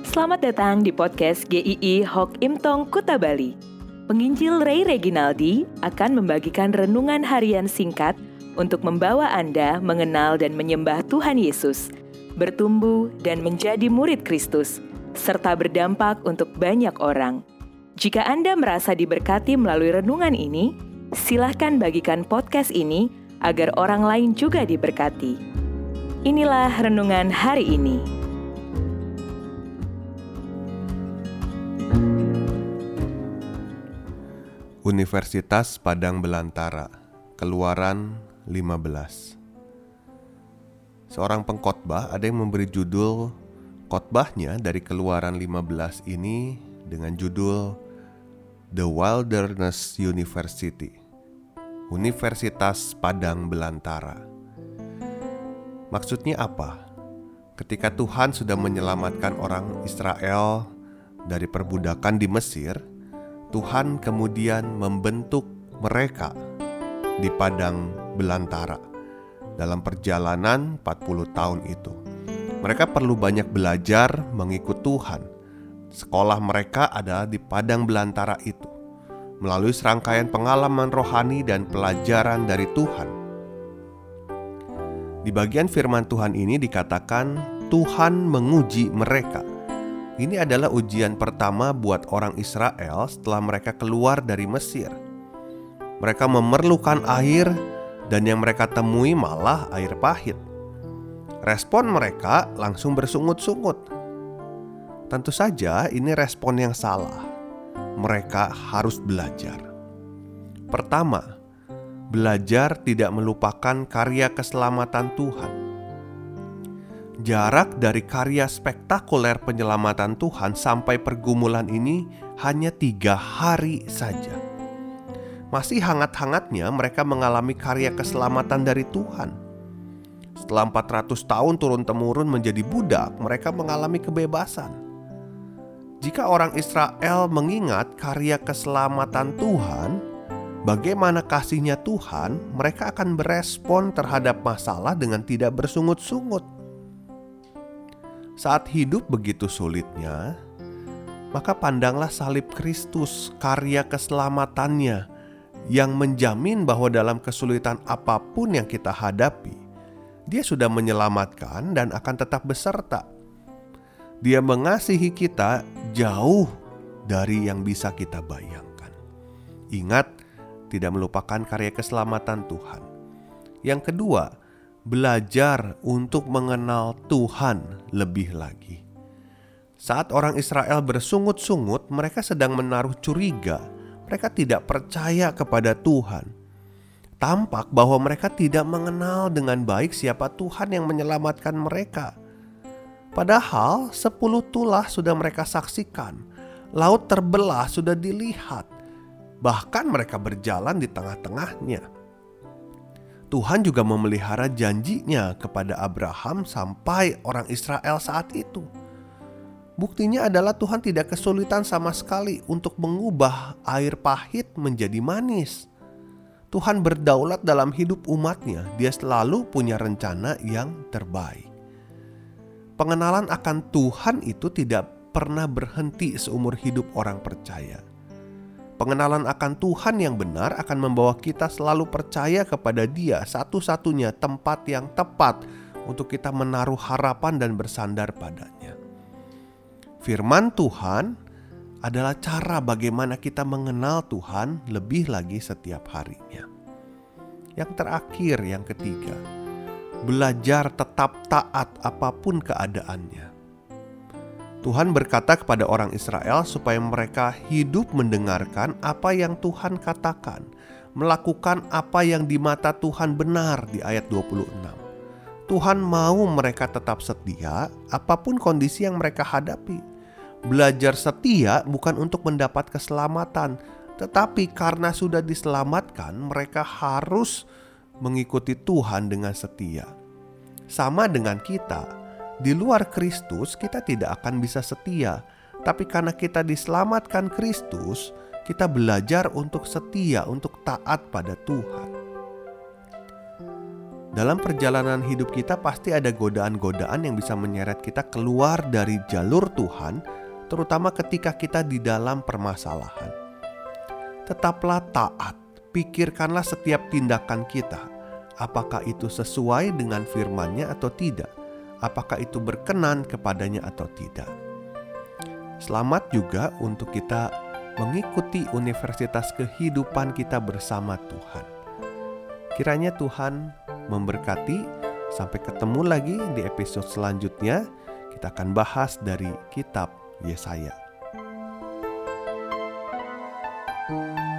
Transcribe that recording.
Selamat datang di podcast GII Hok Imtong Kuta Bali. Penginjil Ray Reginaldi akan membagikan renungan harian singkat untuk membawa Anda mengenal dan menyembah Tuhan Yesus, bertumbuh dan menjadi murid Kristus, serta berdampak untuk banyak orang. Jika Anda merasa diberkati melalui renungan ini, silahkan bagikan podcast ini agar orang lain juga diberkati. Inilah renungan hari ini. Universitas Padang Belantara, Keluaran 15. Seorang pengkhotbah ada yang memberi judul khotbahnya dari Keluaran 15 ini dengan judul The Wilderness University, Universitas Padang Belantara. Maksudnya apa? Ketika Tuhan sudah menyelamatkan orang Israel dari perbudakan di Mesir, Tuhan kemudian membentuk mereka di padang belantara. Dalam perjalanan 40 tahun itu, mereka perlu banyak belajar mengikut Tuhan. Sekolah mereka adalah di padang belantara itu, melalui serangkaian pengalaman rohani dan pelajaran dari Tuhan. Di bagian firman Tuhan ini dikatakan Tuhan menguji mereka. Ini adalah ujian pertama buat orang Israel setelah mereka keluar dari Mesir. Mereka memerlukan air, dan yang mereka temui malah air pahit. Respon mereka langsung bersungut-sungut. Tentu saja ini respon yang salah. Mereka harus belajar. Pertama, belajar tidak melupakan karya keselamatan Tuhan. Jarak dari karya spektakuler penyelamatan Tuhan sampai pergumulan ini hanya 3 hari saja. Masih hangat-hangatnya mereka mengalami karya keselamatan dari Tuhan. Setelah 400 tahun turun-temurun menjadi budak, mereka mengalami kebebasan. Jika orang Israel mengingat karya keselamatan Tuhan, bagaimana kasihnya Tuhan, mereka akan berespon terhadap masalah dengan tidak bersungut-sungut. Saat hidup begitu sulitnya, maka pandanglah salib Kristus, karya keselamatannya, yang menjamin bahwa dalam kesulitan apapun yang kita hadapi, Dia sudah menyelamatkan dan akan tetap beserta. Dia mengasihi kita jauh dari yang bisa kita bayangkan. Ingat, tidak melupakan karya keselamatan Tuhan. Yang kedua, belajar untuk mengenal Tuhan lebih lagi. Saat orang Israel bersungut-sungut, mereka sedang menaruh curiga. Mereka tidak percaya kepada Tuhan. Tampak bahwa mereka tidak mengenal dengan baik siapa Tuhan yang menyelamatkan mereka. Padahal 10 tulah sudah mereka saksikan. Laut terbelah sudah dilihat. Bahkan mereka berjalan di tengah-tengahnya. Tuhan juga memelihara janjinya kepada Abraham sampai orang Israel saat itu. Buktinya adalah Tuhan tidak kesulitan sama sekali untuk mengubah air pahit menjadi manis. Tuhan berdaulat dalam hidup umatnya. Dia selalu punya rencana yang terbaik. Pengenalan akan Tuhan itu tidak pernah berhenti seumur hidup orang percaya. Pengenalan akan Tuhan yang benar akan membawa kita selalu percaya kepada Dia, satu-satunya tempat yang tepat untuk kita menaruh harapan dan bersandar padanya. Firman Tuhan adalah cara bagaimana kita mengenal Tuhan lebih lagi setiap harinya. Yang terakhir, yang ketiga, belajar tetap taat apapun keadaannya. Tuhan berkata kepada orang Israel supaya mereka hidup mendengarkan apa yang Tuhan katakan, melakukan apa yang di mata Tuhan benar di ayat 26. Tuhan mau mereka tetap setia apapun kondisi yang mereka hadapi. Belajar setia bukan untuk mendapat keselamatan, tetapi karena sudah diselamatkan, mereka harus mengikuti Tuhan dengan setia. Sama dengan kita. Di luar Kristus kita tidak akan bisa setia. Tapi karena kita diselamatkan Kristus, kita belajar untuk setia, untuk taat pada Tuhan. Dalam perjalanan hidup kita pasti ada godaan-godaan yang bisa menyeret kita keluar dari jalur Tuhan, terutama ketika kita di dalam permasalahan. Tetaplah taat, pikirkanlah setiap tindakan kita. Apakah itu sesuai dengan firman-Nya atau tidak? Apakah itu berkenan kepadanya atau tidak? Selamat juga untuk kita mengikuti universitas kehidupan kita bersama Tuhan. Kiranya Tuhan memberkati. Sampai ketemu lagi di episode selanjutnya. Kita akan bahas dari kitab Yesaya.